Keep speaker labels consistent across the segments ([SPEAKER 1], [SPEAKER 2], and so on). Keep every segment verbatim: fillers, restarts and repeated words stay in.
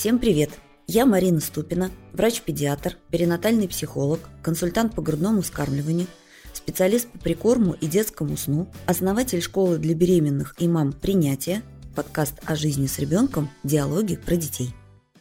[SPEAKER 1] Всем привет! Я Марина Ступина, врач-педиатр, перинатальный психолог, консультант по грудному вскармливанию, специалист по прикорму и детскому сну, основатель школы для беременных и мам «Принятие», подкаст о жизни с ребенком, диалоги про детей.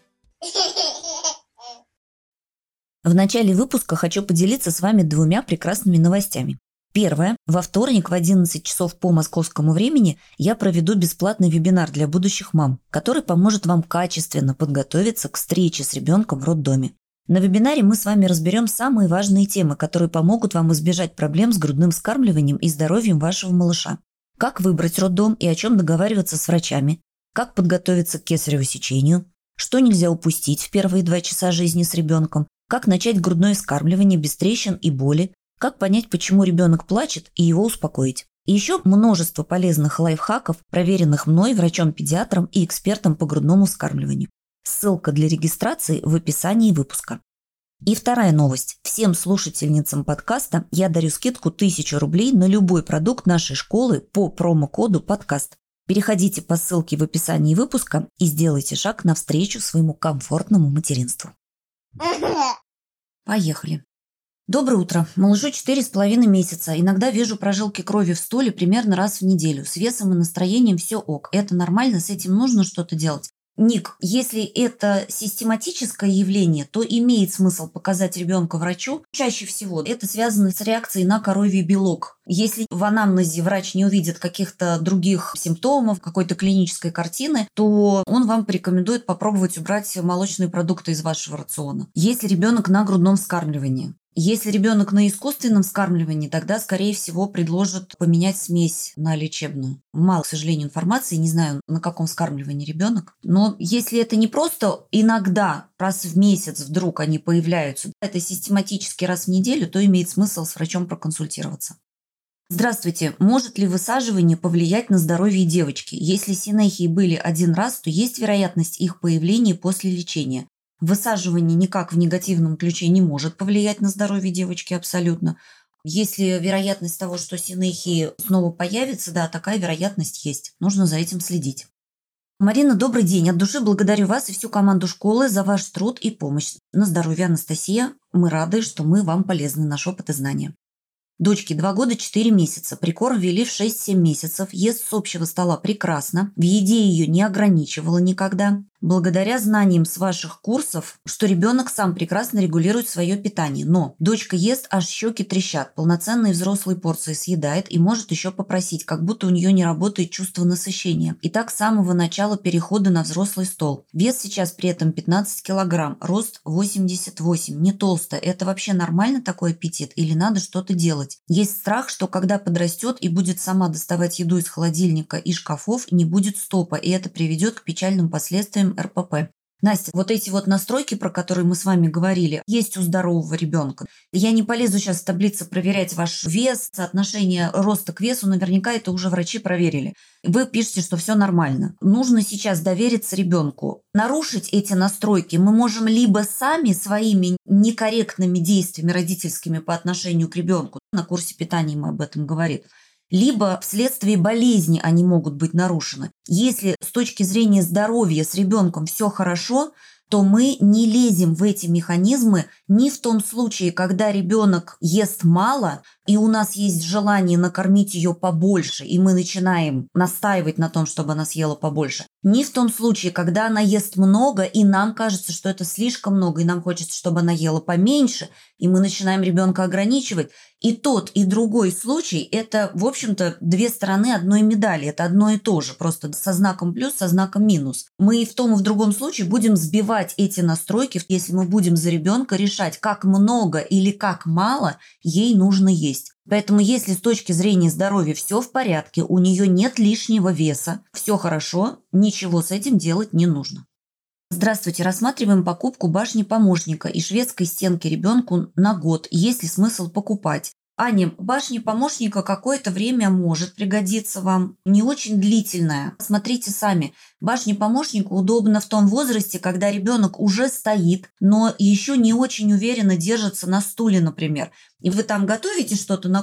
[SPEAKER 1] В начале выпуска хочу поделиться с вами двумя прекрасными новостями. Первое. Во вторник в одиннадцать часов по московскому времени я проведу бесплатный вебинар для будущих мам, который поможет вам качественно подготовиться к встрече с ребенком в роддоме. На вебинаре мы с вами разберем самые важные темы, которые помогут вам избежать проблем с грудным вскармливанием и здоровьем вашего малыша. Как выбрать роддом и о чем договариваться с врачами, как подготовиться к кесареву сечению, что нельзя упустить в первые два часа жизни с ребенком, как начать грудное вскармливание без трещин и боли, как понять, почему ребенок плачет, и его успокоить. И еще множество полезных лайфхаков, проверенных мной, врачом-педиатром и экспертом по грудному вскармливанию. Ссылка для регистрации в описании выпуска. И вторая новость. Всем слушательницам подкаста я дарю скидку тысячу рублей на любой продукт нашей школы по промокоду «Подкаст». Переходите по ссылке в описании выпуска и сделайте шаг навстречу своему комфортному материнству. Поехали. Доброе утро. Малышу четыре с половиной месяца. Иногда вижу прожилки крови в стуле примерно раз в неделю. С весом и настроением все ок. Это нормально, с этим нужно что-то делать. Ник, если это систематическое явление, то имеет смысл показать ребенка врачу. Чаще всего это связано с реакцией на коровий белок. Если в анамнезе врач не увидит каких-то других симптомов, какой-то клинической картины, то он вам порекомендует попробовать убрать молочные продукты из вашего рациона. Если ребенок на грудном вскармливании. Если ребенок на искусственном вскармливании, тогда, скорее всего, предложат поменять смесь на лечебную. Мало, к сожалению, информации, не знаю, на каком вскармливании ребенок. Но если это не просто иногда, раз в месяц вдруг они появляются, это систематически раз в неделю, то имеет смысл с врачом проконсультироваться. Здравствуйте. Может ли высаживание повлиять на здоровье девочки? Если синехии были один раз, то есть вероятность их появления после лечения. Высаживание никак в негативном ключе не может повлиять на здоровье девочки абсолютно. Если вероятность того, что синехии снова появится, да, такая вероятность есть. Нужно за этим следить. Марина, добрый день. От души благодарю вас и всю команду школы за ваш труд и помощь. На здоровье, Анастасия. Мы рады, что мы вам полезны, наш опыт и знания. Дочке два года четыре месяца. Прикорм ввели в шесть-семь месяцев. Ест с общего стола прекрасно. В еде ее не ограничивала никогда. Благодаря знаниям с ваших курсов, что ребенок сам прекрасно регулирует свое питание. Но дочка ест, аж щеки трещат. Полноценные взрослые порции съедает и может еще попросить, как будто у нее не работает чувство насыщения. И так с самого начала перехода на взрослый стол. Вес сейчас при этом пятнадцать килограмм. Рост восемьдесят восемь. Не толсто. Это вообще нормально такой аппетит или надо что-то делать? Есть страх, что когда подрастет и будет сама доставать еду из холодильника и шкафов, не будет стопа, и это приведет к печальным последствиям эр пэ пэ. Настя, вот эти вот настройки, про которые мы с вами говорили, есть у здорового ребенка. Я не полезу сейчас в таблицы проверять ваш вес, соотношение роста к весу, наверняка это уже врачи проверили. Вы пишете, что все нормально. Нужно сейчас довериться ребенку. Нарушить эти настройки мы можем либо сами своими некорректными действиями родительскими по отношению к ребенку, на курсе питания мы об этом говорим, либо вследствие болезни они могут быть нарушены. Если с точки зрения здоровья с ребенком все хорошо, то мы не лезем в эти механизмы ни в том случае, когда ребенок ест мало, и у нас есть желание накормить ее побольше, и мы начинаем настаивать на том, чтобы она съела побольше. Ни в том случае, когда она ест много, и нам кажется, что это слишком много, и нам хочется, чтобы она ела поменьше, и мы начинаем ребенка ограничивать. И тот, и другой случай – это, в общем-то, две стороны одной медали. Это одно и то же, просто со знаком плюс, со знаком минус. Мы и в том, и в другом случае будем сбивать эти настройки, если мы будем за ребенка решать, как много или как мало ей нужно есть. Поэтому если с точки зрения здоровья все в порядке, у нее нет лишнего веса, все хорошо, ничего с этим делать не нужно. Здравствуйте, рассматриваем покупку башни помощника и шведской стенки ребенку на год. Есть ли смысл покупать? Аня, башня помощника какое-то время может пригодиться вам. Не очень длительная. Смотрите сами. Башня помощника удобна в том возрасте, когда ребенок уже стоит, но еще не очень уверенно держится на стуле, например. И вы там готовите что-то на кухне,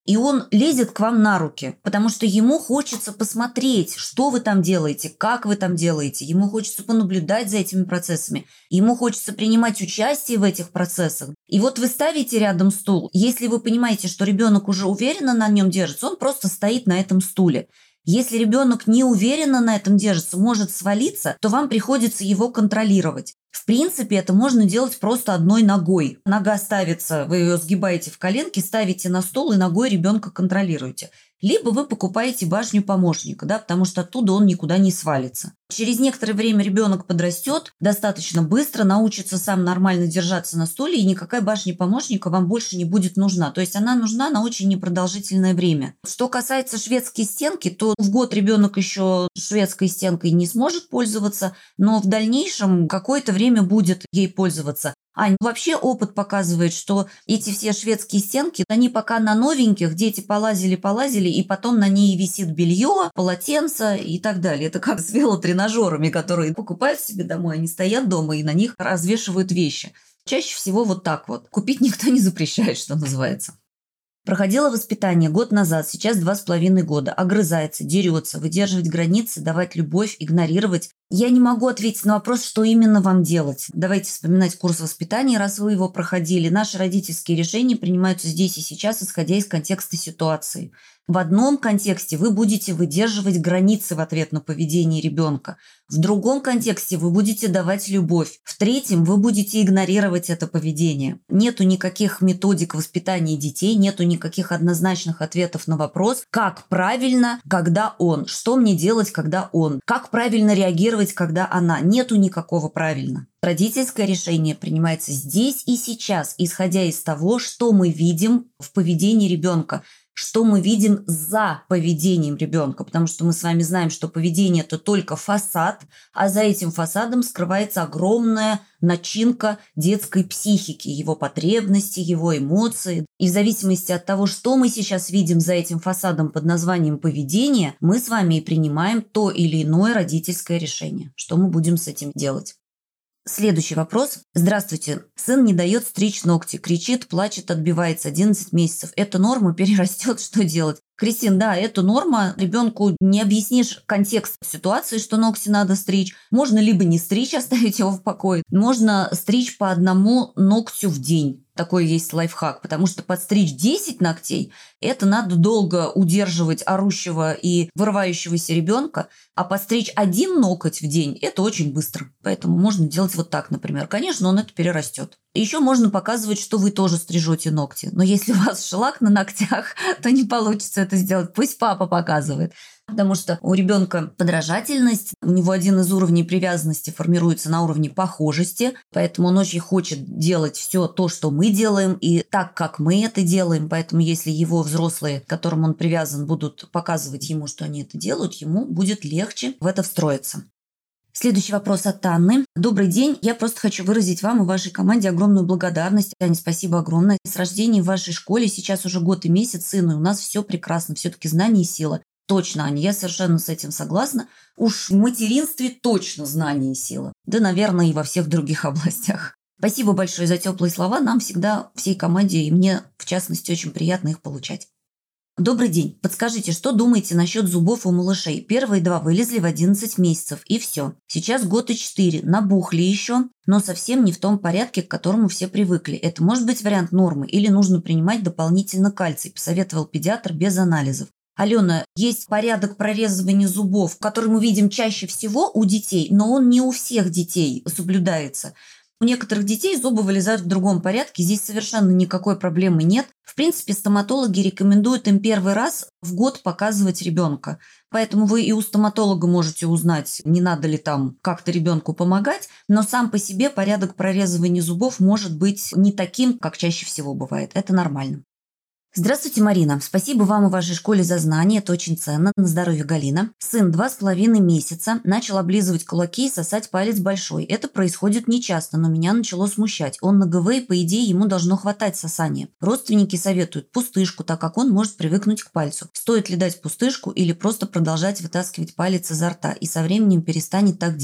[SPEAKER 1] И он лезет к вам на руки, потому что ему хочется посмотреть, что вы там делаете, как вы там делаете. Ему хочется понаблюдать за этими процессами. Ему хочется принимать участие в этих процессах. И вот вы ставите рядом стул. Если вы понимаете, что ребенок уже уверенно на нем держится, он просто стоит на этом стуле. Если ребенок не уверенно на этом держится, может свалиться, то вам приходится его контролировать. В принципе, это можно делать просто одной ногой. Нога ставится, вы ее сгибаете в коленке, ставите на стол и ногой ребенка контролируете. Либо вы покупаете башню помощника, да, потому что оттуда он никуда не свалится. Через некоторое время ребенок подрастет, достаточно быстро научится сам нормально держаться на стуле, и никакая башня помощника вам больше не будет нужна. То есть она нужна на очень непродолжительное время. Что касается шведской стенки, то в год ребенок еще шведской стенкой не сможет пользоваться, но в дальнейшем какое-то время будет ей пользоваться. Ань, вообще опыт показывает, что эти все шведские стенки, они пока на новеньких, дети полазили-полазили, и потом на ней висит белье, полотенце и так далее. Это как с велотренажерами, которые покупают себе домой, они стоят дома и на них развешивают вещи. Чаще всего вот так вот. Купить никто не запрещает, что называется. Проходила воспитание год назад, сейчас два с половиной года. Огрызается, дерется, выдерживать границы, давать любовь, игнорировать. Я не могу ответить на вопрос, что именно вам делать. Давайте вспоминать курс воспитания, раз вы его проходили. Наши родительские решения принимаются здесь и сейчас, исходя из контекста ситуации. В одном контексте вы будете выдерживать границы в ответ на поведение ребенка. В другом контексте вы будете давать любовь. В третьем вы будете игнорировать это поведение. Нету никаких методик воспитания детей, нету никаких однозначных ответов на вопрос, как правильно, когда он, что мне делать, когда он, как правильно реагировать, когда она. Нету никакого правильно. Родительское решение принимается здесь и сейчас, исходя из того, что мы видим в поведении ребенка, что мы видим за поведением ребенка, потому что мы с вами знаем, что поведение – это только фасад, а за этим фасадом скрывается огромная начинка детской психики, его потребности, его эмоции. И в зависимости от того, что мы сейчас видим за этим фасадом под названием поведение, мы с вами и принимаем то или иное родительское решение, что мы будем с этим делать. Следующий вопрос. Здравствуйте. Сын не дает стричь ногти, кричит, плачет, отбивается одиннадцать месяцев. Это норма, перерастет, что делать? Кристин, да, это норма. Ребенку не объяснишь контекст ситуации, что ногти надо стричь. Можно либо не стричь, оставить его в покое. Можно стричь по одному ногтю в день. Такой есть лайфхак, потому что подстричь десять ногтей – это надо долго удерживать орущего и вырывающегося ребенка, а подстричь один ноготь в день – это очень быстро. Поэтому можно делать вот так, например. Конечно, он это перерастет. Еще можно показывать, что вы тоже стрижете ногти. Но если у вас шлак на ногтях, то не получится это сделать. Пусть папа показывает. Потому что у ребенка подражательность, у него один из уровней привязанности формируется на уровне похожести, поэтому он очень хочет делать все то, что мы делаем, и так, как мы это делаем. Поэтому если его взрослые, к которым он привязан, будут показывать ему, что они это делают, ему будет легче в это встроиться. Следующий вопрос от Анны. Добрый день. Я просто хочу выразить вам и вашей команде огромную благодарность. Аня, спасибо огромное. С рождения в вашей школе сейчас уже год и месяц сыну, и у нас все прекрасно. Все-таки знание и сила. Точно, Аня, я совершенно с этим согласна. Уж в материнстве точно знание и сила. Да, наверное, и во всех других областях. Спасибо большое за теплые слова. Нам всегда, всей команде, и мне, в частности, очень приятно их получать. Добрый день. Подскажите, что думаете насчет зубов у малышей? Первые два вылезли в одиннадцать месяцев, и все. Сейчас год и четыре. Набухли еще, но совсем не в том порядке, к которому все привыкли. Это может быть вариант нормы или нужно принимать дополнительно кальций, посоветовал педиатр без анализов. Алена, есть порядок прорезывания зубов, который мы видим чаще всего у детей, но он не у всех детей соблюдается. У некоторых детей зубы вылезают в другом порядке, здесь совершенно никакой проблемы нет. В принципе, стоматологи рекомендуют им первый раз в год показывать ребенка. Поэтому вы и у стоматолога можете узнать, не надо ли там как-то ребенку помогать, но сам по себе порядок прорезывания зубов может быть не таким, как чаще всего бывает. Это нормально. Здравствуйте, Марина. Спасибо вам и вашей школе за знания. Это очень ценно. На здоровье, Галина. Сын два с половиной месяца начал облизывать кулаки и сосать палец большой. Это происходит нечасто, но меня начало смущать. Он на ГВ, и, по идее, ему должно хватать сосания. Родственники советуют пустышку, так как он может привыкнуть к пальцу. Стоит ли дать пустышку или просто продолжать вытаскивать палец изо рта, и со временем перестанет так делать?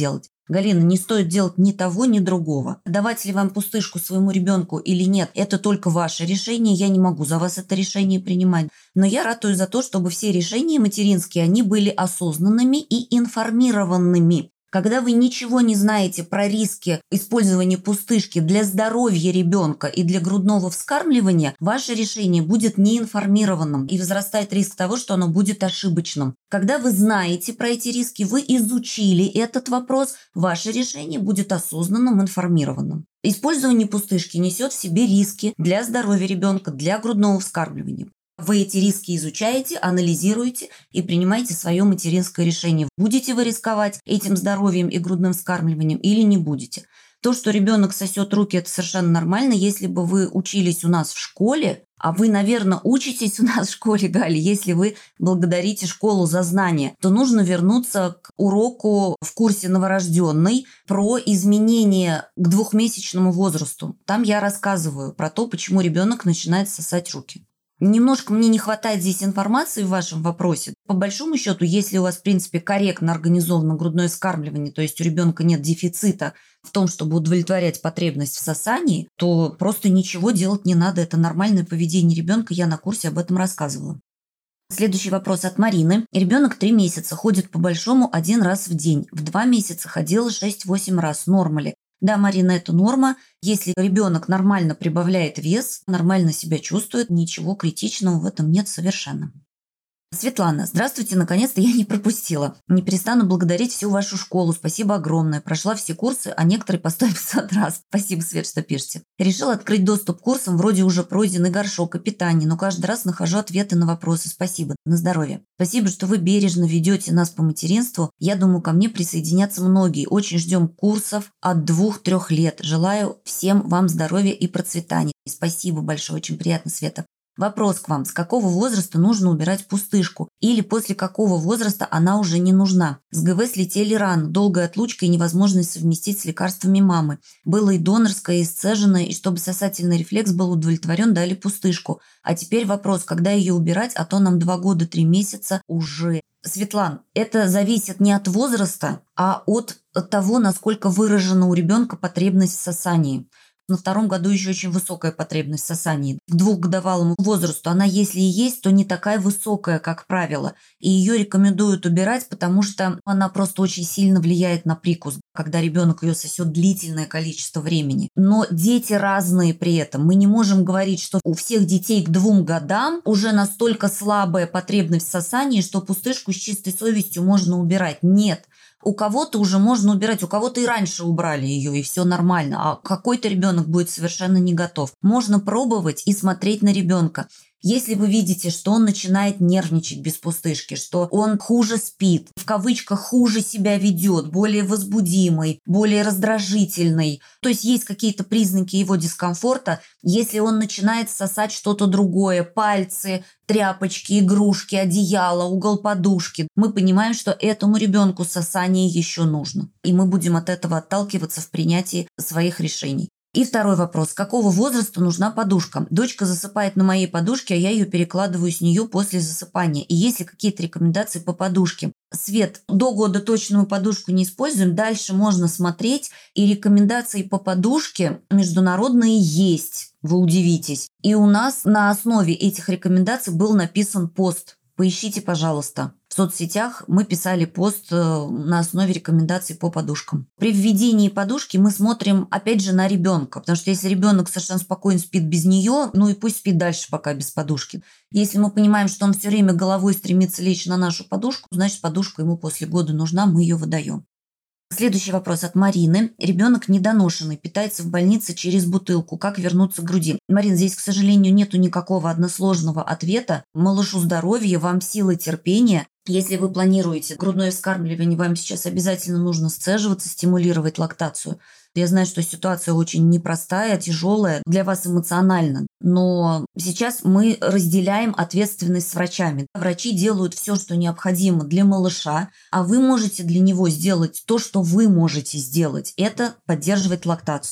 [SPEAKER 1] Галина, не стоит делать ни того, ни другого. Давать ли вам пустышку своему ребенку или нет, это только ваше решение. Я не могу за вас это решение принимать. Но я ратую за то, чтобы все решения материнские, они были осознанными и информированными. Когда вы ничего не знаете про риски использования пустышки для здоровья ребенка и для грудного вскармливания, ваше решение будет неинформированным и возрастает риск того, что оно будет ошибочным. Когда вы знаете про эти риски, вы изучили этот вопрос, ваше решение будет осознанным, информированным. Использование пустышки несет в себе риски для здоровья ребенка, для грудного вскармливания. Вы эти риски изучаете, анализируете и принимаете свое материнское решение. Будете вы рисковать этим здоровьем и грудным вскармливанием или не будете. То, что ребенок сосет руки, это совершенно нормально. Если бы вы учились у нас в школе, а вы, наверное, учитесь у нас в школе, Галя, если вы благодарите школу за знания, то нужно вернуться к уроку в курсе новорожденной про изменения к двухмесячному возрасту. Там я рассказываю про то, почему ребенок начинает сосать руки. Немножко мне не хватает здесь информации в вашем вопросе. По большому счету, если у вас, в принципе, корректно организовано грудное вскармливание, то есть у ребенка нет дефицита в том, чтобы удовлетворять потребность в сосании, то просто ничего делать не надо. Это нормальное поведение ребенка. Я на курсе об этом рассказывала. Следующий вопрос от Марины. Ребенок три месяца, ходит по большому один раз в день. В два месяца ходила шесть-восемь раз. Норма ли? Да, Марина, это норма. Если ребенок нормально прибавляет вес, нормально себя чувствует, ничего критичного в этом нет совершенно. Светлана, здравствуйте, наконец-то я не пропустила. Не перестану благодарить всю вашу школу. Спасибо огромное. Прошла все курсы, а некоторые по сто пятьсот раз. Спасибо, Свет, что пишете. Решила открыть доступ к курсам, вроде уже пройденный горшок и питание, но каждый раз нахожу ответы на вопросы. Спасибо. На здоровье. Спасибо, что вы бережно ведете нас по материнству. Я думаю, ко мне присоединятся многие. Очень ждем курсов от двух-трех лет. Желаю всем вам здоровья и процветания. Спасибо большое, очень приятно, Света. Вопрос к вам. С какого возраста нужно убирать пустышку? Или после какого возраста она уже не нужна? С ГВ слетели рано, долгая отлучка и невозможность совместить с лекарствами мамы. Было и донорское, и сцеженное, и чтобы сосательный рефлекс был удовлетворен, дали пустышку. А теперь вопрос, когда ее убирать, а то нам два года, три месяца уже. Светлан, это зависит не от возраста, а от того, насколько выражена у ребенка потребность в сосании. На втором году еще очень высокая потребность в сосании. К двухгодовалому возрасту она, если и есть, то не такая высокая, как правило. И ее рекомендуют убирать, потому что она просто очень сильно влияет на прикус, когда ребенок ее сосет длительное количество времени. Но дети разные при этом. Мы не можем говорить, что у всех детей к двум годам уже настолько слабая потребность в сосании, что пустышку с чистой совестью можно убирать. Нет. У кого-то уже можно убирать, у кого-то и раньше убрали ее, и все нормально, а какой-то ребенок будет совершенно не готов. Можно пробовать и смотреть на ребенка. Если вы видите, что он начинает нервничать без пустышки, что он хуже спит, в кавычках хуже себя ведет, более возбудимый, более раздражительный, то есть есть какие-то признаки его дискомфорта, если он начинает сосать что-то другое, пальцы, тряпочки, игрушки, одеяло, угол подушки, мы понимаем, что этому ребенку сосание еще нужно. И мы будем от этого отталкиваться в принятии своих решений. И второй вопрос. С какого возраста нужна подушка? Дочка засыпает на моей подушке, а я ее перекладываю с нее после засыпания. И есть ли какие-то рекомендации по подушке? Свет, до года точно мы подушку не используем. Дальше можно смотреть. И рекомендации по подушке международные есть. Вы удивитесь. И у нас на основе этих рекомендаций был написан пост. Поищите, пожалуйста. В соцсетях мы писали пост на основе рекомендаций по подушкам. При введении подушки мы смотрим, опять же, на ребенка. Потому что если ребенок совершенно спокойно спит без нее, ну и пусть спит дальше пока без подушки. Если мы понимаем, что он все время головой стремится лечь на нашу подушку, значит, подушка ему после года нужна, мы ее выдаем. Следующий вопрос от Марины. Ребенок недоношенный, питается в больнице через бутылку. Как вернуться к груди? Марин, здесь, к сожалению, нету никакого односложного ответа. Малышу здоровья, вам силы, терпения. Если вы планируете грудное вскармливание, вам сейчас обязательно нужно сцеживаться, стимулировать лактацию. Я знаю, что ситуация очень непростая, тяжелая для вас эмоционально, но сейчас мы разделяем ответственность с врачами. Врачи делают все, что необходимо для малыша, а вы можете для него сделать то, что вы можете сделать. Это поддерживать лактацию.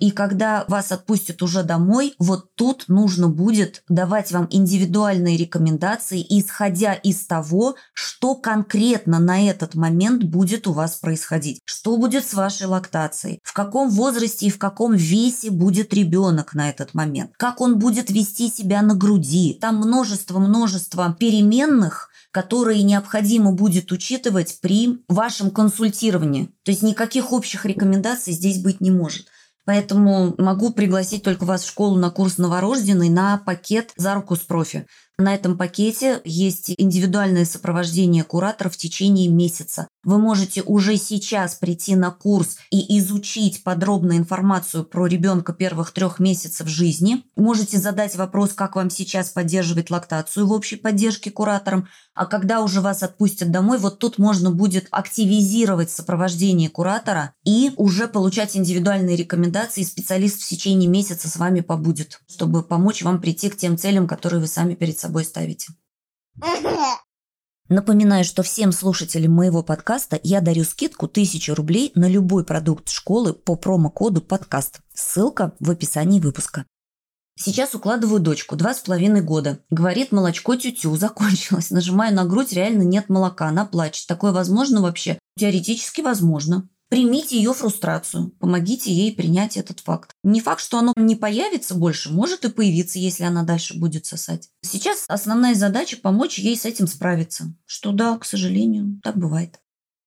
[SPEAKER 1] И когда вас отпустят уже домой, вот тут нужно будет давать вам индивидуальные рекомендации, исходя из того, что конкретно на этот момент будет у вас происходить. Что будет с вашей лактацией, в каком возрасте и в каком весе будет ребенок на этот момент, как он будет вести себя на груди. Там множество-множество переменных, которые необходимо будет учитывать при вашем консультировании. То есть никаких общих рекомендаций здесь быть не может. Поэтому могу пригласить только вас в школу на курс новорожденный на пакет «За руку с профи». На этом пакете есть индивидуальное сопровождение куратора в течение месяца. Вы можете уже сейчас прийти на курс и изучить подробно информацию про ребенка первых трех месяцев жизни. Можете задать вопрос, как вам сейчас поддерживать лактацию в общей поддержке куратором. А когда уже вас отпустят домой, вот тут можно будет активизировать сопровождение куратора и уже получать индивидуальные рекомендации. Специалист в течение месяца с вами побудет, чтобы помочь вам прийти к тем целям, которые вы сами перед собой ставите. Напоминаю, что всем слушателям моего подкаста я дарю скидку тысячу рублей на любой продукт школы по промокоду подкаст. Ссылка в описании выпуска. Сейчас укладываю дочку, два с половиной года. Говорит, молочко тю-тю, закончилось. Нажимаю на грудь, реально нет молока, она плачет. Такое возможно вообще? Теоретически возможно. Примите ее фрустрацию, помогите ей принять этот факт. Не факт, что оно не появится больше, может и появиться, если она дальше будет сосать. Сейчас основная задача помочь ей с этим справиться. Что да, к сожалению, так бывает.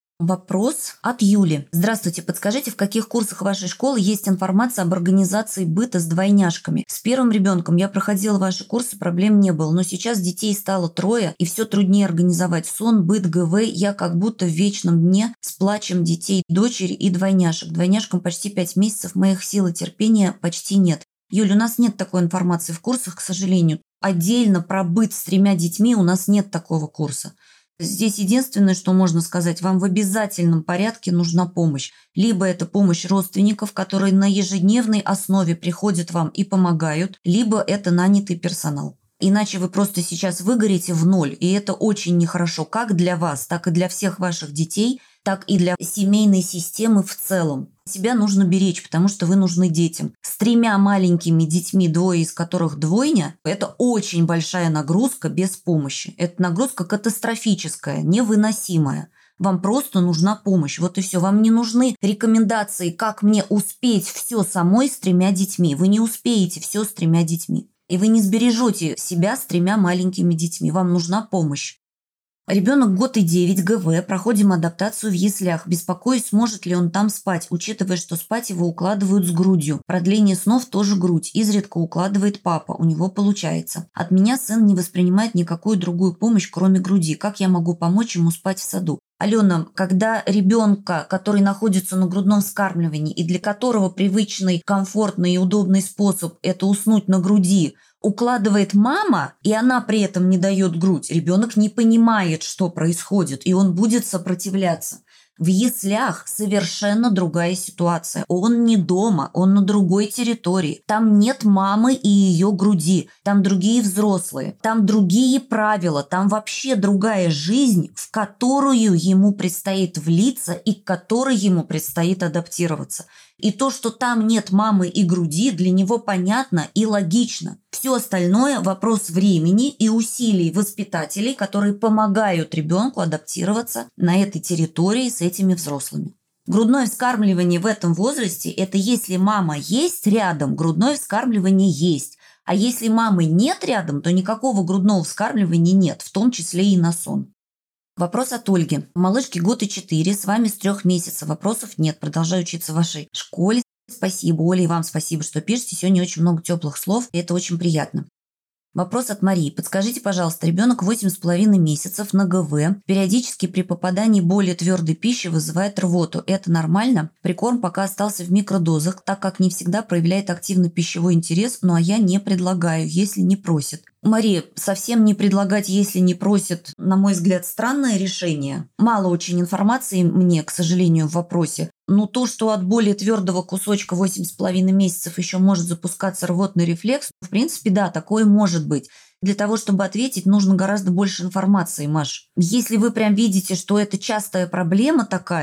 [SPEAKER 1] Вопрос от Юли. Здравствуйте, подскажите, в каких курсах вашей школы есть информация об организации быта с двойняшками? С первым ребенком я проходила ваши курсы, проблем не было, но сейчас детей стало трое, и все труднее организовать сон, быт, ГВ. Я как будто в вечном дне с плачем детей, дочери и двойняшек. Двойняшкам почти пять месяцев, моих сил и терпения почти нет. Юль, у нас нет такой информации в курсах, к сожалению. Отдельно про быт с тремя детьми у нас нет такого курса. Здесь единственное, что можно сказать, вам в обязательном порядке нужна помощь. Либо это помощь родственников, которые на ежедневной основе приходят вам и помогают, либо это нанятый персонал. Иначе вы просто сейчас выгорите в ноль, и это очень нехорошо как для вас, так и для всех ваших детей, так и для семейной системы в целом. Себя нужно беречь, потому что вы нужны детям. С тремя маленькими детьми, двое из которых двойня, это очень большая нагрузка без помощи. Это нагрузка катастрофическая, невыносимая. Вам просто нужна помощь. Вот и все. Вам не нужны рекомендации, как мне успеть все самой с тремя детьми. Вы не успеете все с тремя детьми. И вы не сбережете себя с тремя маленькими детьми. Вам нужна помощь. Ребенок год и девять, ГВ, проходим адаптацию в яслях. Беспокоюсь, сможет ли он там спать, учитывая, что спать его укладывают с грудью. Продление снов тоже грудь. Изредка укладывает папа, у него получается. От меня сын не воспринимает никакую другую помощь, кроме груди. Как я могу помочь ему спать в саду? Алена, когда ребенка, который находится на грудном вскармливании и для которого привычный, комфортный и удобный способ – это уснуть на груди, укладывает мама, и она при этом не дает грудь, ребенок не понимает, что происходит, и он будет сопротивляться. В яслях совершенно другая ситуация. Он не дома, он на другой территории. Там нет мамы и ее груди. Там другие взрослые. Там другие правила. Там вообще другая жизнь, в которую ему предстоит влиться и к которой ему предстоит адаптироваться. И то, что там нет мамы и груди, для него понятно и логично. Все остальное – вопрос времени и усилий воспитателей, которые помогают ребенку адаптироваться на этой территории с этими взрослыми. Грудное вскармливание в этом возрасте – это если мама есть рядом, грудное вскармливание есть. А если мамы нет рядом, то никакого грудного вскармливания нет, в том числе и на сон. Вопрос от Ольги. Малышке год и четыре, с вами с трех месяцев. Вопросов нет. Продолжаю учиться в вашей школе. Спасибо, Оля, и вам спасибо, что пишете. Сегодня очень много теплых слов, и это очень приятно. Вопрос от Марии. Подскажите, пожалуйста, ребенок восемь с половиной месяцев на ГВ. Периодически при попадании более твердой пищи вызывает рвоту. Это нормально? Прикорм пока остался в микродозах, так как не всегда проявляет активный пищевой интерес, ну а я не предлагаю, если не просит. Мария, совсем не предлагать, если не просит, на мой взгляд, странное решение. Мало очень информации мне, к сожалению, в вопросе. Но то, что от более твердого кусочка восемь с половиной месяцев еще может запускаться рвотный рефлекс, в принципе, да, такое может быть. Для того, чтобы ответить, нужно гораздо больше информации, Маш. Если вы прям видите, что это частая проблема такая,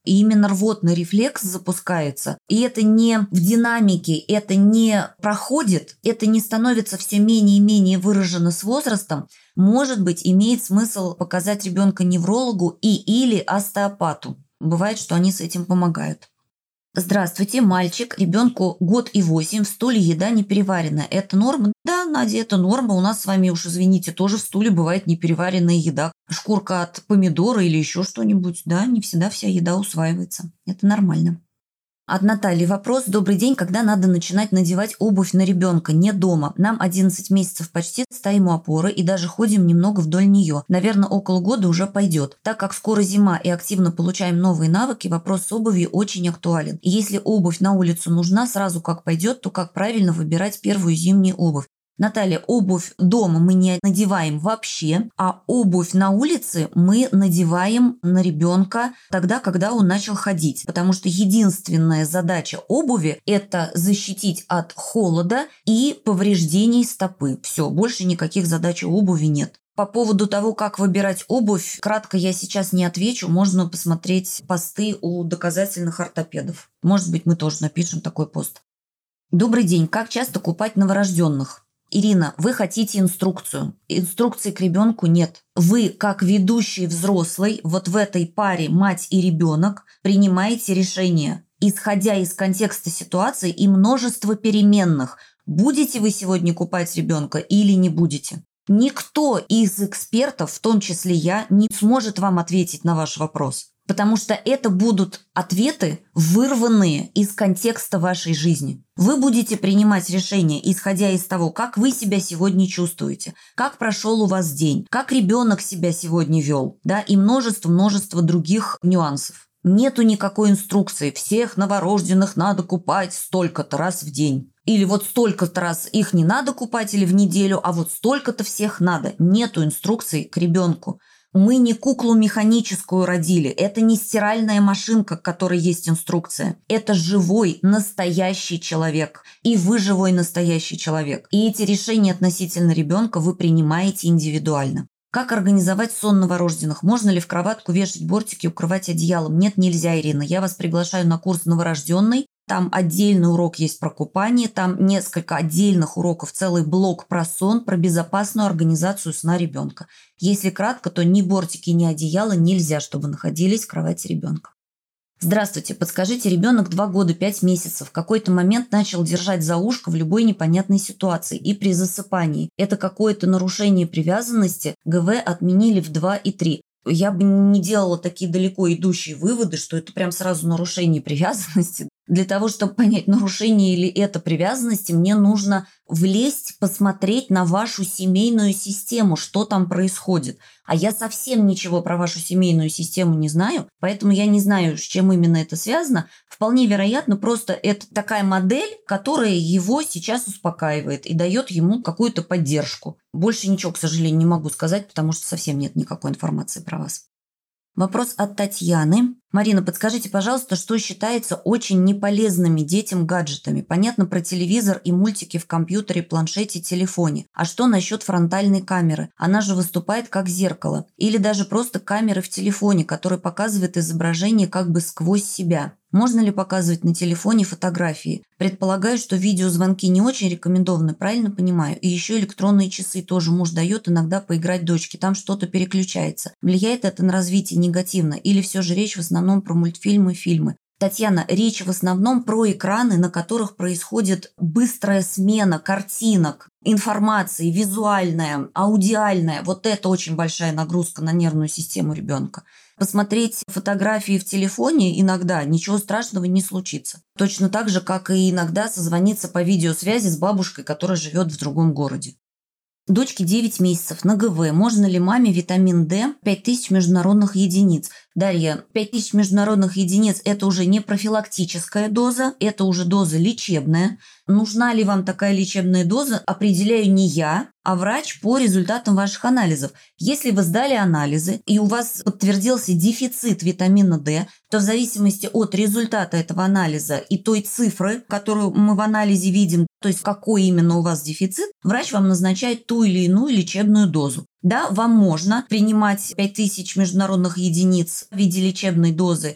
[SPEAKER 1] и именно рвотный рефлекс запускается. И это не в динамике, это не проходит, это не становится все менее и менее выражено с возрастом. Может быть, имеет смысл показать ребенка неврологу и или остеопату. Бывает, что они с этим помогают. Здравствуйте, мальчик, ребенку год и восемь, в стуле еда не переваренная. Это норма? Да, Надя, это норма. У нас с вами, уж извините, тоже в стуле бывает непереваренная еда. Шкурка от помидора или еще что-нибудь. Да, не всегда вся еда усваивается. Это нормально. От Натальи вопрос. Добрый день. Когда надо начинать надевать обувь на ребенка? Не дома. Нам одиннадцать месяцев почти, ставим у опоры и даже ходим немного вдоль нее. Наверное, около года уже пойдет. Так как скоро зима и активно получаем новые навыки, вопрос с обувью очень актуален. И если обувь на улицу нужна сразу как пойдет, то как правильно выбирать первую зимнюю обувь? Наталья, обувь дома мы не надеваем вообще, а обувь на улице мы надеваем на ребенка тогда, когда он начал ходить. Потому что единственная задача обуви – это защитить от холода и повреждений стопы. Все, больше никаких задач у обуви нет. По поводу того, как выбирать обувь, кратко я сейчас не отвечу. Можно посмотреть посты у доказательных ортопедов. Может быть, мы тоже напишем такой пост. Добрый день. Как часто купать новорожденных? Ирина, вы хотите инструкцию. Инструкции к ребенку нет. Вы, как ведущий взрослый, вот в этой паре мать и ребенок, принимаете решение, исходя из контекста ситуации и множества переменных. Будете вы сегодня купать ребенка или не будете? Никто из экспертов, в том числе я, не сможет вам ответить на ваш вопрос. Потому что это будут ответы, вырванные из контекста вашей жизни. Вы будете принимать решения, исходя из того, как вы себя сегодня чувствуете, как прошел у вас день, как ребенок себя сегодня вел, да, и множество-множество других нюансов. Нету никакой инструкции. Всех новорожденных надо купать столько-то раз в день. Или вот столько-то раз их не надо купать или в неделю, а вот столько-то всех надо. Нету инструкции к ребенку. Мы не куклу механическую родили, это не стиральная машинка, к которой есть инструкция. Это живой, настоящий человек. И вы живой, настоящий человек. И эти решения относительно ребенка вы принимаете индивидуально. Как организовать сон новорожденных? Можно ли в кроватку вешать бортики и укрывать одеялом? Нет, нельзя, Ирина. Я вас приглашаю на курс новорожденный. Там отдельный урок есть про купание, там несколько отдельных уроков, целый блок про сон, про безопасную организацию сна ребенка. Если кратко, то ни бортики, ни одеяло нельзя, чтобы находились в кровати ребенка. Здравствуйте, подскажите, ребенок два года пять месяцев в какой-то момент начал держать за ушко в любой непонятной ситуации и при засыпании. Это какое-то нарушение привязанности, ГВ отменили в два и три. Я бы не делала такие далеко идущие выводы, что это прям сразу нарушение привязанности. Для того, чтобы понять, нарушение или это привязанности, мне нужно влезть, посмотреть на вашу семейную систему, что там происходит. А я совсем ничего про вашу семейную систему не знаю, поэтому я не знаю, с чем именно это связано. Вполне вероятно, просто это такая модель, которая его сейчас успокаивает и дает ему какую-то поддержку. Больше ничего, к сожалению, не могу сказать, потому что совсем нет никакой информации про вас. Вопрос от Татьяны. Марина, подскажите, пожалуйста, что считается очень неполезными детям гаджетами? Понятно про телевизор и мультики в компьютере, планшете, телефоне. А что насчет фронтальной камеры? Она же выступает как зеркало. Или даже просто камеры в телефоне, которая показывает изображение как бы сквозь себя. Можно ли показывать на телефоне фотографии? Предполагаю, что видеозвонки не очень рекомендованы, правильно понимаю? И еще электронные часы тоже муж дает иногда поиграть дочке, там что-то переключается. Влияет это на развитие негативно? Или все же речь в основном про мультфильмы и фильмы? Татьяна, речь в основном про экраны, на которых происходит быстрая смена картинок, информации, визуальная, аудиальная. Вот это очень большая нагрузка на нервную систему ребенка. Посмотреть фотографии в телефоне иногда ничего страшного не случится. Точно так же, как и иногда созвониться по видеосвязи с бабушкой, которая живет в другом городе. Дочке девять месяцев на ГВ. Можно ли маме витамин D пять тысяч международных единиц? Дарья, пять тысяч международных единиц – это уже не профилактическая доза, это уже доза лечебная. Нужна ли вам такая лечебная доза, определяю не я, а врач по результатам ваших анализов. Если вы сдали анализы и у вас подтвердился дефицит витамина D, то в зависимости от результата этого анализа и той цифры, которую мы в анализе видим, то есть какой именно у вас дефицит, врач вам назначает ту или иную лечебную дозу. Да, вам можно принимать пять тысяч международных единиц в виде лечебной дозы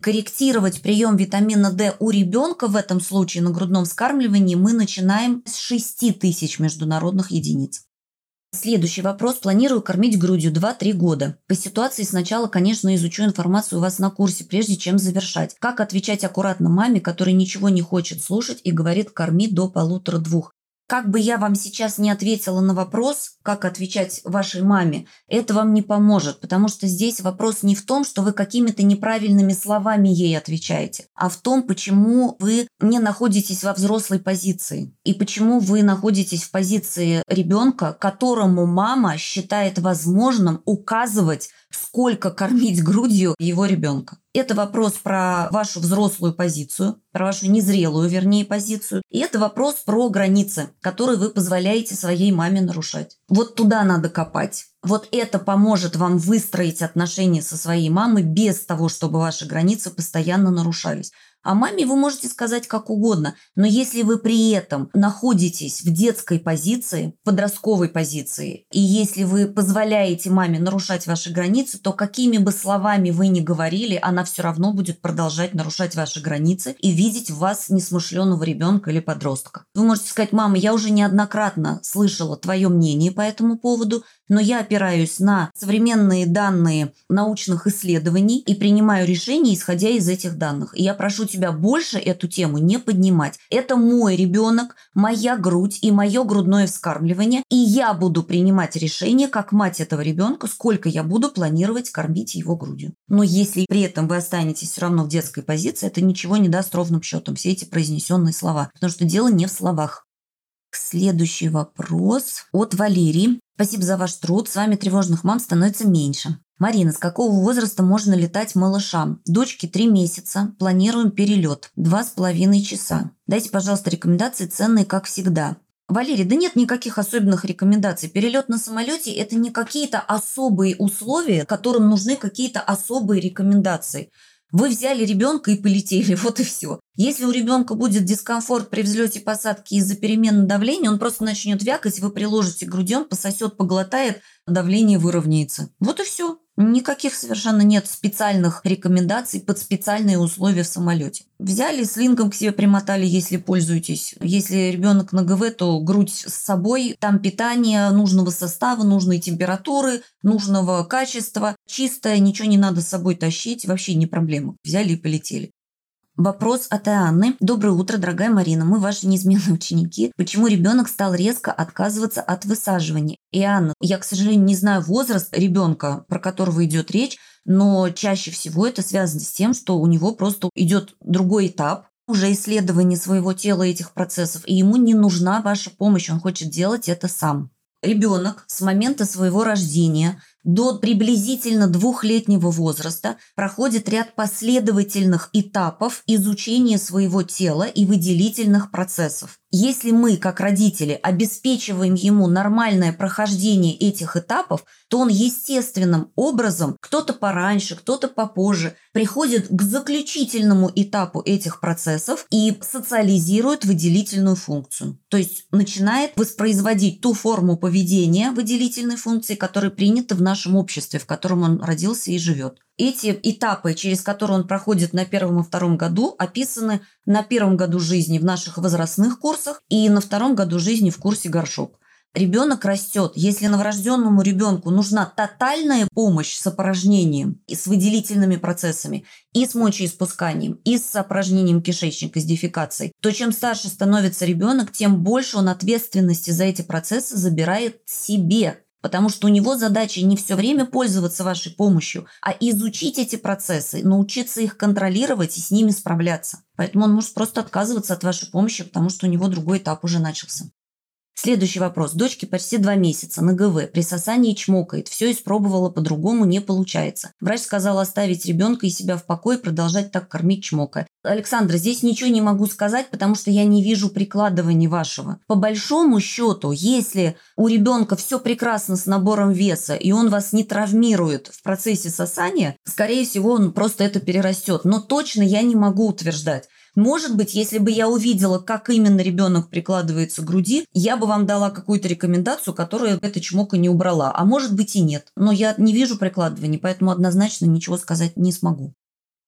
[SPEAKER 1] Корректировать прием витамина D у ребенка в этом случае на грудном вскармливании мы начинаем с шести тысяч международных единиц. Следующий вопрос. Планирую кормить грудью два-три года. По ситуации сначала, конечно, изучу информацию у вас на курсе, прежде чем завершать. Как отвечать аккуратно маме, которая ничего не хочет слушать и говорит «корми до полутора-двух». Как бы я вам сейчас не ответила на вопрос, как отвечать вашей маме, это вам не поможет, потому что здесь вопрос не в том, что вы какими-то неправильными словами ей отвечаете, а в том, почему вы не находитесь во взрослой позиции и почему вы находитесь в позиции ребенка, которому мама считает возможным указывать, сколько кормить грудью его ребенка. Это вопрос про вашу взрослую позицию, про вашу незрелую, вернее, позицию. И это вопрос про границы, которые вы позволяете своей маме нарушать. Вот туда надо копать. Вот это поможет вам выстроить отношения со своей мамой без того, чтобы ваши границы постоянно нарушались. А маме вы можете сказать как угодно, но если вы при этом находитесь в детской позиции, подростковой позиции, и если вы позволяете маме нарушать ваши границы, то какими бы словами вы ни говорили, она все равно будет продолжать нарушать ваши границы и видеть в вас несмышленого ребенка или подростка. Вы можете сказать: мама, я уже неоднократно слышала твое мнение по этому поводу, но я опираюсь на современные данные научных исследований и принимаю решения, исходя из этих данных. И я прошу тебя больше эту тему не поднимать. Это мой ребенок, моя грудь и мое грудное вскармливание, и я буду принимать решение, как мать этого ребенка, сколько я буду планировать кормить его грудью. Но если при этом вы останетесь все равно в детской позиции, это ничего не даст ровным счетом, все эти произнесенные слова, потому что дело не в словах. Следующий вопрос от Валерии. Спасибо за ваш труд. С вами тревожных мам становится меньше. Марина, с какого возраста можно летать малышам? Дочке три месяца. Планируем перелет. Два с половиной часа. Дайте, пожалуйста, рекомендации ценные, как всегда. Валерий, да нет никаких особенных рекомендаций. Перелет на самолете – это не какие-то особые условия, которым нужны какие-то особые рекомендации. Вы взяли ребенка и полетели, вот и все. Если у ребенка будет дискомфорт при взлете и посадке из-за перемены давления, он просто начнет вякать, вы приложите к груди, он пососет, поглотает, давление выровняется. Вот и все. Никаких совершенно нет специальных рекомендаций под специальные условия в самолете. Взяли, слингом к себе примотали, если пользуетесь. Если ребенок на ГВ, то грудь с собой, там питание нужного состава, нужной температуры, нужного качества. Чистое, ничего не надо с собой тащить, вообще не проблема. Взяли и полетели. Вопрос от Анны. Доброе утро, дорогая Марина. Мы ваши неизменные ученики. Почему ребенок стал резко отказываться от высаживания? И Анна, я, к сожалению, не знаю возраст ребенка, про которого идет речь, но чаще всего это связано с тем, что у него просто идет другой этап уже исследования своего тела, этих процессов, и ему не нужна ваша помощь, он хочет делать это сам. Ребенок с момента своего рождения до приблизительно двухлетнего возраста проходит ряд последовательных этапов изучения своего тела и выделительных процессов. Если мы, как родители, обеспечиваем ему нормальное прохождение этих этапов, то он естественным образом, кто-то пораньше, кто-то попозже, приходит к заключительному этапу этих процессов и социализирует выделительную функцию. То есть начинает воспроизводить ту форму поведения выделительной функции, которая принята в нашем обществе, в котором он родился и живет. Эти этапы, через которые он проходит на первом и втором году, описаны на первом году жизни в наших возрастных курсах и на втором году жизни в курсе «Горшок». Ребенок растет. Если новорожденному ребенку нужна тотальная помощь с опорожнением и с выделительными процессами, и с мочеиспусканием, и с опорожнением кишечника, с дефекацией, то чем старше становится ребенок, тем больше он ответственности за эти процессы забирает себе. Потому что у него задача не все время пользоваться вашей помощью, а изучить эти процессы, научиться их контролировать и с ними справляться. Поэтому он может просто отказываться от вашей помощи, потому что у него другой этап уже начался. Следующий вопрос. Дочке почти два месяца, на ГВ, при сосании чмокает, все испробовала по-другому, не получается. Врач сказал оставить ребенка и себя в покое, продолжать так кормить чмокая. Александра, здесь ничего не могу сказать, потому что я не вижу прикладывания вашего. По большому счету, если у ребенка все прекрасно с набором веса, и он вас не травмирует в процессе сосания, скорее всего, он просто это перерастет. Но точно я не могу утверждать. Может быть, если бы я увидела, как именно ребенок прикладывается к груди, я бы вам дала какую-то рекомендацию, которая это чмока не убрала. А может быть и нет. Но я не вижу прикладывания, поэтому однозначно ничего сказать не смогу.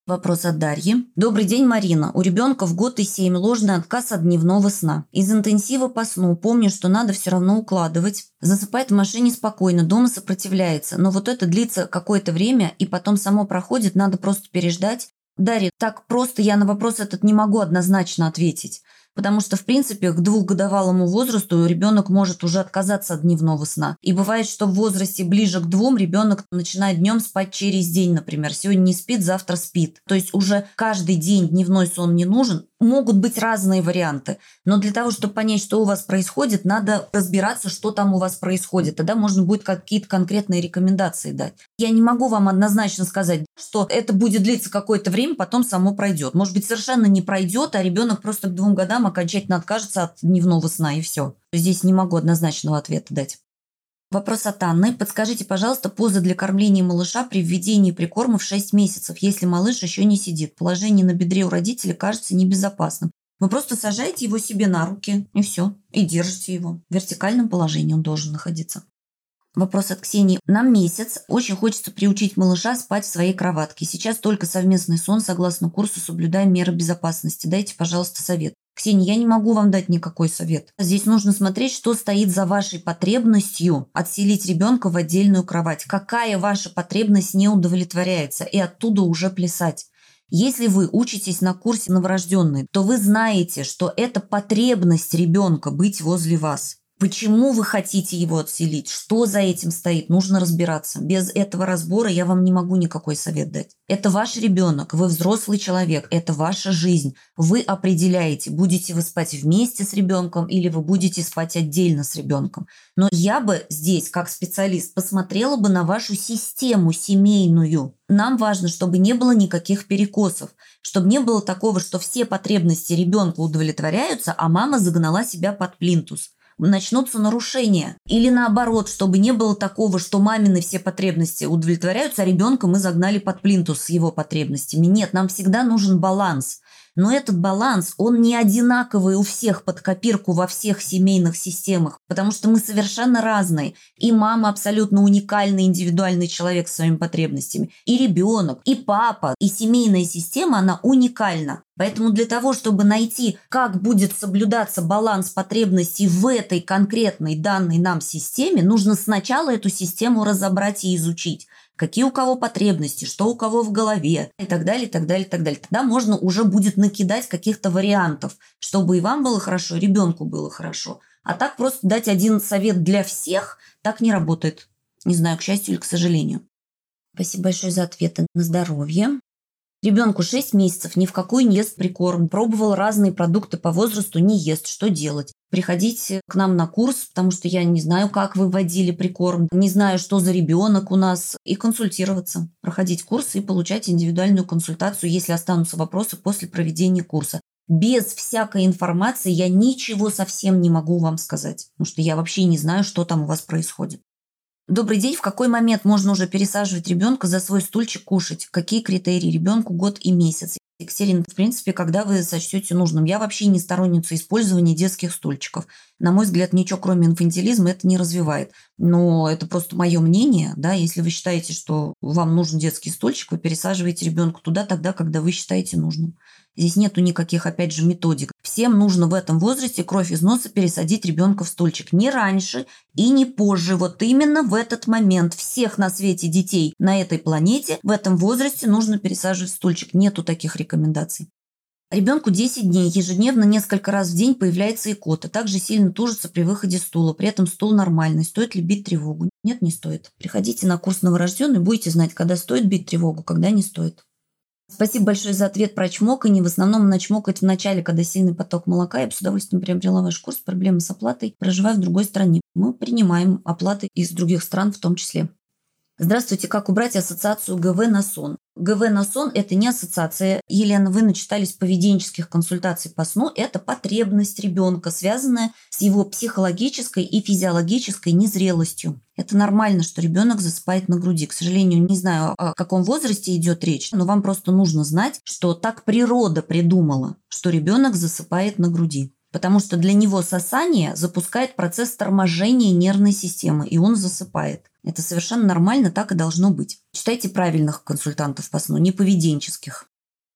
[SPEAKER 1] Вопрос от Дарьи. Добрый день, Марина. У ребенка в год и семь ложный отказ от дневного сна. Из интенсива по сну помню, что надо все равно укладывать. Засыпает в машине спокойно, дома сопротивляется. Но вот это длится какое-то время и потом само проходит, надо просто переждать. Дарья, так просто я на вопрос этот не могу однозначно ответить. Потому что, в принципе, к двухгодовалому возрасту ребенок может уже отказаться от дневного сна. И бывает, что в возрасте ближе к двум ребенок начинает днем спать через день, например. Сегодня не спит, завтра спит. То есть уже каждый день дневной сон не нужен. Могут быть разные варианты. Но для того, чтобы понять, что у вас происходит, надо разбираться, что там у вас происходит. Тогда можно будет какие-то конкретные рекомендации дать. Я не могу вам однозначно сказать, что это будет длиться какое-то время, потом само пройдет. Может быть, совершенно не пройдет, а ребенок просто к двум годам окончательно откажется от дневного сна, и все. Здесь не могу однозначного ответа дать. Вопрос от Анны. Подскажите, пожалуйста, позы для кормления малыша при введении прикорма в шесть месяцев, если малыш еще не сидит. Положение на бедре у родителей кажется небезопасным. Вы просто сажаете его себе на руки, и все. И держите его. В вертикальном положении он должен находиться. Вопрос от Ксении. Нам месяц. Очень хочется приучить малыша спать в своей кроватке. Сейчас только совместный сон, согласно курсу «Соблюдаем меры безопасности». Дайте, пожалуйста, совет. Ксения, я не могу вам дать никакой совет. Здесь нужно смотреть, что стоит за вашей потребностью отселить ребенка в отдельную кровать. Какая ваша потребность не удовлетворяется, и оттуда уже плясать. Если вы учитесь на курсе новорожденный, то вы знаете, что это потребность ребенка быть возле вас. Почему вы хотите его отселить? Что за этим стоит? Нужно разбираться. Без этого разбора я вам не могу никакой совет дать. Это ваш ребенок, вы взрослый человек, это ваша жизнь. Вы определяете, будете вы спать вместе с ребенком или вы будете спать отдельно с ребенком. Но я бы здесь, как специалист, посмотрела бы на вашу систему семейную. Нам важно, чтобы не было никаких перекосов, чтобы не было такого, что все потребности ребенка удовлетворяются, а мама загнала себя под плинтус. Начнутся нарушения. Или наоборот, чтобы не было такого, что мамины все потребности удовлетворяются, а ребенка мы загнали под плинтус с его потребностями. Нет, нам всегда нужен баланс. Но этот баланс, он не одинаковый у всех под копирку во всех семейных системах, потому что мы совершенно разные. И мама абсолютно уникальный, индивидуальный человек со своими потребностями. И ребенок, и папа, и семейная система, она уникальна. Поэтому для того, чтобы найти, как будет соблюдаться баланс потребностей в этой конкретной данной нам системе, нужно сначала эту систему разобрать и изучить. Какие у кого потребности, что у кого в голове и так далее, и так далее, и так далее. Тогда можно уже будет накидать каких-то вариантов, чтобы и вам было хорошо, и ребенку было хорошо. А так просто дать один совет для всех так не работает. Не знаю, к счастью или к сожалению. Спасибо большое за ответы. На здоровье. Ребенку шесть месяцев, ни в какую не ест прикорм. Пробовал разные продукты по возрасту, не ест. Что делать? Приходите к нам на курс, потому что я не знаю, как вы вводили прикорм, не знаю, что за ребенок у нас, и консультироваться. Проходить курс и получать индивидуальную консультацию, если останутся вопросы после проведения курса. Без всякой информации я ничего совсем не могу вам сказать, потому что я вообще не знаю, что там у вас происходит. Добрый день. В какой момент можно уже пересаживать ребенка за свой стульчик кушать? Какие критерии? Ребенку год и месяц. Екатерина, в принципе, когда вы сочтете нужным. Я вообще не сторонница использования детских стульчиков. На мой взгляд, ничего кроме инфантилизма это не развивает. Но это просто мое мнение. Да? Если вы считаете, что вам нужен детский стульчик, вы пересаживаете ребенка туда тогда, когда вы считаете нужным. Здесь нету никаких, опять же, методик. Всем нужно в этом возрасте кровь из носа пересадить ребенка в стульчик. Не раньше и не позже. Вот именно в этот момент. Всех на свете детей на этой планете в этом возрасте нужно пересаживать в стульчик. Нету таких рекомендаций. Ребенку десять дней, ежедневно несколько раз в день появляется икота. Также сильно тужится при выходе стула. При этом стул нормальный. Стоит ли бить тревогу? Нет, не стоит. Приходите на курс новорожденный, будете знать, когда стоит бить тревогу, когда не стоит. Спасибо большое за ответ про чмоканье. В основном она чмокает в начале, когда сильный поток молока. Я бы с удовольствием приобрела ваш курс. Проблемы с оплатой. Проживаю в другой стране. Мы принимаем оплаты из других стран в том числе. Здравствуйте. Как убрать ассоциацию ГВ на сон? ГВ на сон – это не ассоциация. Елена, вы начитались поведенческих консультаций по сну. Это потребность ребенка, связанная с его психологической и физиологической незрелостью. Это нормально, что ребенок засыпает на груди. К сожалению, не знаю, о каком возрасте идет речь, но вам просто нужно знать, что так природа придумала, что ребенок засыпает на груди. Потому что для него сосание запускает процесс торможения нервной системы, и он засыпает. Это совершенно нормально, так и должно быть. Читайте правильных консультантов по сну, не поведенческих.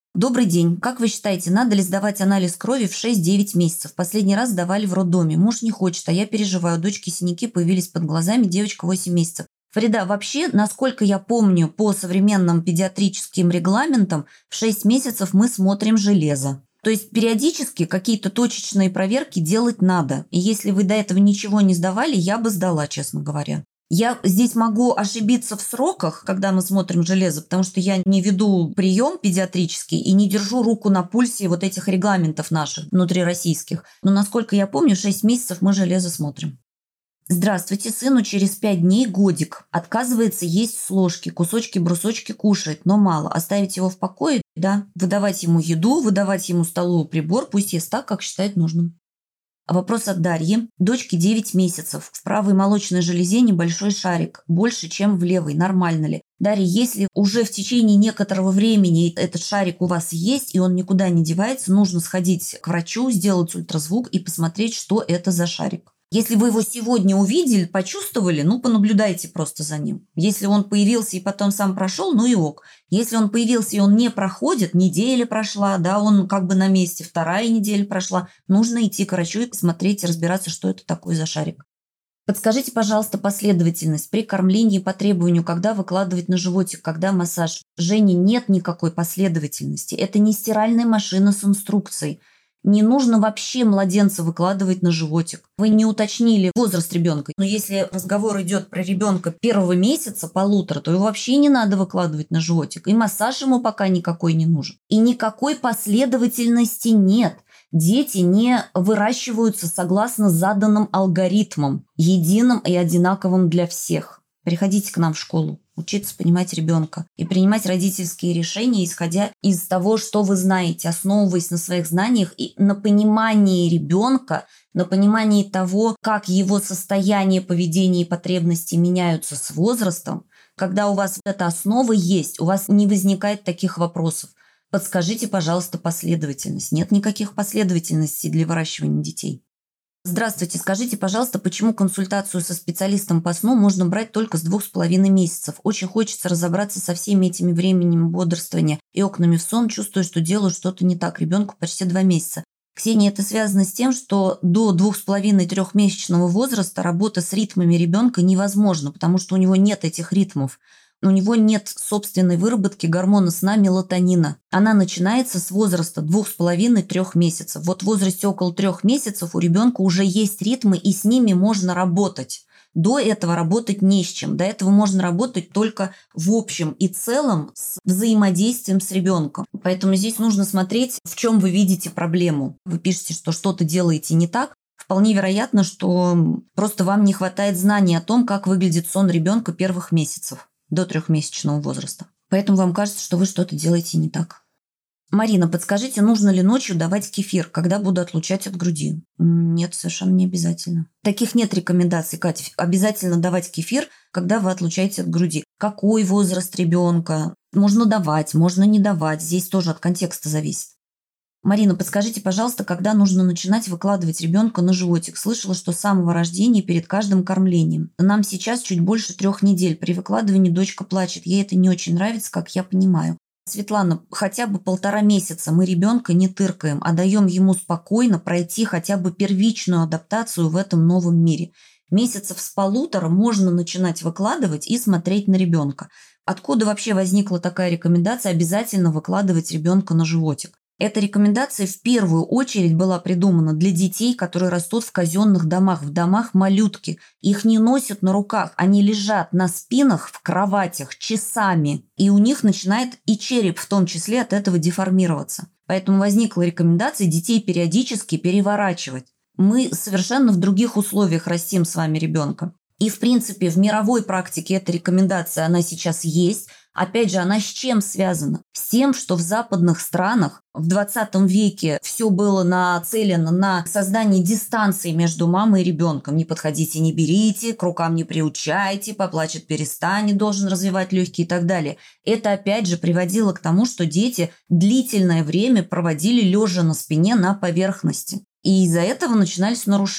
[SPEAKER 1] Добрый день. Как вы считаете, надо ли сдавать анализ крови в шесть-девять месяцев? Последний раз сдавали в роддоме. Муж не хочет, а я переживаю. У дочки синяки появились под глазами, девочка восемь месяцев. Фарида, вообще, насколько я помню, по современным педиатрическим регламентам, в шесть месяцев мы смотрим железо. То есть периодически какие-то точечные проверки делать надо. И если вы до этого ничего не сдавали, я бы сдала, честно говоря. Я здесь могу ошибиться в сроках, когда мы смотрим железо, потому что я не веду прием педиатрический и не держу руку на пульсе вот этих регламентов наших, внутрироссийских. Но, насколько я помню, шесть месяцев мы железо смотрим. Здравствуйте, сыну через пять дней годик. Отказывается есть с ложки, кусочки, брусочки кушает, но мало. Оставить его в покое, да. Выдавать ему еду, выдавать ему столовый прибор, пусть ест так, как считает нужным. Вопрос от Дарьи. Дочке девять месяцев. В правой молочной железе небольшой шарик. Больше, чем в левой. Нормально ли? Дарья, если уже в течение некоторого времени этот шарик у вас есть, и он никуда не девается, нужно сходить к врачу, сделать ультразвук и посмотреть, что это за шарик. Если вы его сегодня увидели, почувствовали, ну, понаблюдайте просто за ним. Если он появился и потом сам прошел, ну и ок. Если он появился и он не проходит, неделя прошла, да, он как бы на месте, вторая неделя прошла, нужно идти к врачу и смотреть, разбираться, что это такое за шарик. Подскажите, пожалуйста, последовательность при кормлении по требованию, когда выкладывать на животик, когда массаж. Жене, нет никакой последовательности. Это не стиральная машина с инструкцией. Не нужно вообще младенца выкладывать на животик. Вы не уточнили возраст ребенка. Но если разговор идет про ребенка первого месяца, полутора, то его вообще не надо выкладывать на животик. И массаж ему пока никакой не нужен. И никакой последовательности нет. Дети не выращиваются согласно заданным алгоритмам, единым и одинаковым для всех. Приходите к нам в школу. Учиться понимать ребенка и принимать родительские решения, исходя из того, что вы знаете, основываясь на своих знаниях и на понимании ребенка, на понимании того, как его состояние, поведение и потребности меняются с возрастом. Когда у вас эта основа есть, у вас не возникает таких вопросов. Подскажите, пожалуйста, последовательность. Нет никаких последовательностей для выращивания детей. Здравствуйте, скажите, пожалуйста, почему консультацию со специалистом по сну можно брать только с двух с половиной месяцев? Очень хочется разобраться со всеми этими временем бодрствования и окнами в сон. Чувствую, что делаю что-то не так. Ребенку почти два месяца. Ксения, это связано с тем, что до двух с половиной трехмесячного возраста работа с ритмами ребенка невозможна, потому что у него нет этих ритмов. У него нет собственной выработки гормона сна мелатонина. Она начинается с возраста двух с половиной-трех месяцев. Вот в возрасте около трех месяцев у ребенка уже есть ритмы, и с ними можно работать. До этого работать не с чем. До этого можно работать только в общем и целом с взаимодействием с ребенком. Поэтому здесь нужно смотреть, в чем вы видите проблему. Вы пишете, что что-то делаете не так. Вполне вероятно, что просто вам не хватает знаний о том, как выглядит сон ребенка первых месяцев. До трехмесячного возраста. Поэтому вам кажется, что вы что-то делаете не так. Марина, подскажите, нужно ли ночью давать кефир, когда буду отлучать от груди? Нет, совершенно не обязательно. Таких нет рекомендаций, Катя. Обязательно давать кефир, когда вы отлучаете от груди. Какой возраст ребенка? Можно давать, можно не давать. Здесь тоже от контекста зависит. Марина, подскажите, пожалуйста, когда нужно начинать выкладывать ребенка на животик? Слышала, что с самого рождения перед каждым кормлением. Нам сейчас чуть больше трех недель. При выкладывании дочка плачет. Ей это не очень нравится, как я понимаю. Светлана, хотя бы полтора месяца мы ребенка не тыркаем, а даем ему спокойно пройти хотя бы первичную адаптацию в этом новом мире. Месяцев с полутора можно начинать выкладывать и смотреть на ребенка. Откуда вообще возникла такая рекомендация обязательно выкладывать ребенка на животик? Эта рекомендация в первую очередь была придумана для детей, которые растут в казенных домах, в домах малютки. Их не носят на руках, они лежат на спинах в кроватях часами. И у них начинает и череп в том числе от этого деформироваться. Поэтому возникла рекомендация детей периодически переворачивать. Мы совершенно в других условиях растим с вами ребенка. И, в принципе, в мировой практике эта рекомендация, она сейчас есть. Опять же, она с чем связана? С тем, что в западных странах в двадцатом веке все было нацелено на создание дистанции между мамой и ребенком. Не подходите, не берите, к рукам не приучайте, поплачет, перестанет, должен развивать легкие и так далее. Это, опять же, приводило к тому, что дети длительное время проводили лежа на спине на поверхности. И из-за этого начинались нарушения.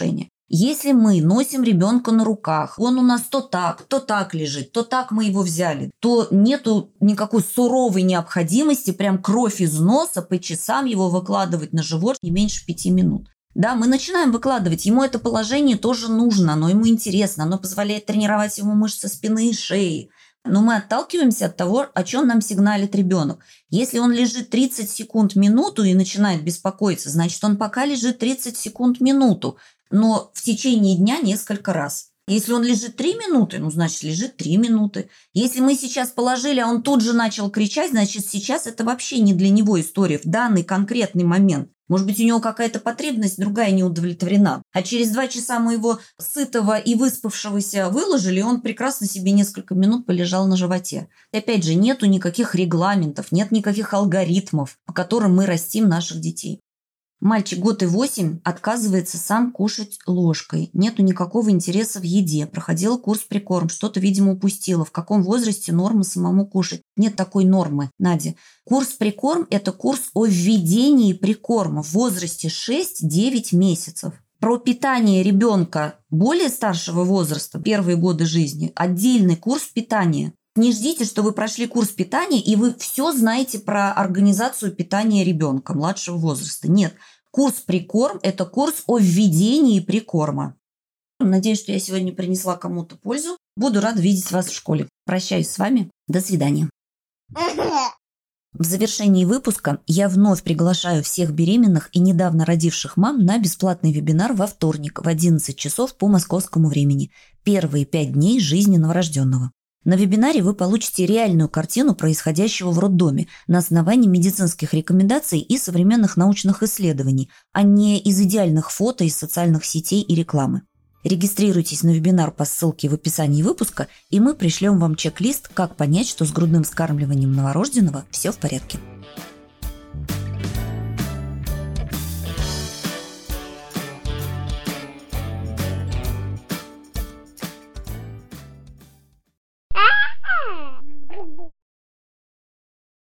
[SPEAKER 1] Если мы носим ребенка на руках, он у нас то так, то так лежит, то так мы его взяли, то нету никакой суровой необходимости прям кровь из носа по часам его выкладывать на живот не меньше пяти минут. Да, мы начинаем выкладывать, ему это положение тоже нужно, оно ему интересно, оно позволяет тренировать ему мышцы спины и шеи. Но мы отталкиваемся от того, о чем нам сигналит ребенок. Если он лежит тридцать секунд минуту и начинает беспокоиться, значит, он пока лежит тридцать секунд минуту, но в течение дня несколько раз. Если он лежит три минуты, ну, значит, лежит три минуты. Если мы сейчас положили, а он тут же начал кричать, значит, сейчас это вообще не для него история в данный конкретный момент. Может быть, у него какая-то потребность другая не удовлетворена. А через два часа мы его сытого и выспавшегося выложили, и он прекрасно себе несколько минут полежал на животе. И опять же, нету никаких регламентов, нет никаких алгоритмов, по которым мы растим наших детей. Мальчик год и восемь отказывается сам кушать ложкой. Нету никакого интереса в еде. Проходила курс прикорм, что-то, видимо, упустила. В каком возрасте норма самому кушать? Нет такой нормы, Надя. Курс прикорм – это курс о введении прикорма в возрасте шесть-девять месяцев. Про питание ребенка более старшего возраста, первые годы жизни, отдельный курс питания. Не ждите, что вы прошли курс питания, и вы все знаете про организацию питания ребенка младшего возраста. Нет, курс прикорм – это курс о введении прикорма. Надеюсь, что я сегодня принесла кому-то пользу. Буду рада видеть вас в школе. Прощаюсь с вами. До свидания. В завершении выпуска я вновь приглашаю всех беременных и недавно родивших мам на бесплатный вебинар во вторник в одиннадцать часов по московскому времени. Первые пять дней жизни новорожденного. На вебинаре вы получите реальную картину происходящего в роддоме на основании медицинских рекомендаций и современных научных исследований, а не из идеальных фото из социальных сетей и рекламы. Регистрируйтесь на вебинар по ссылке в описании выпуска, и мы пришлем вам чек-лист, как понять, что с грудным вскармливанием новорожденного все в порядке.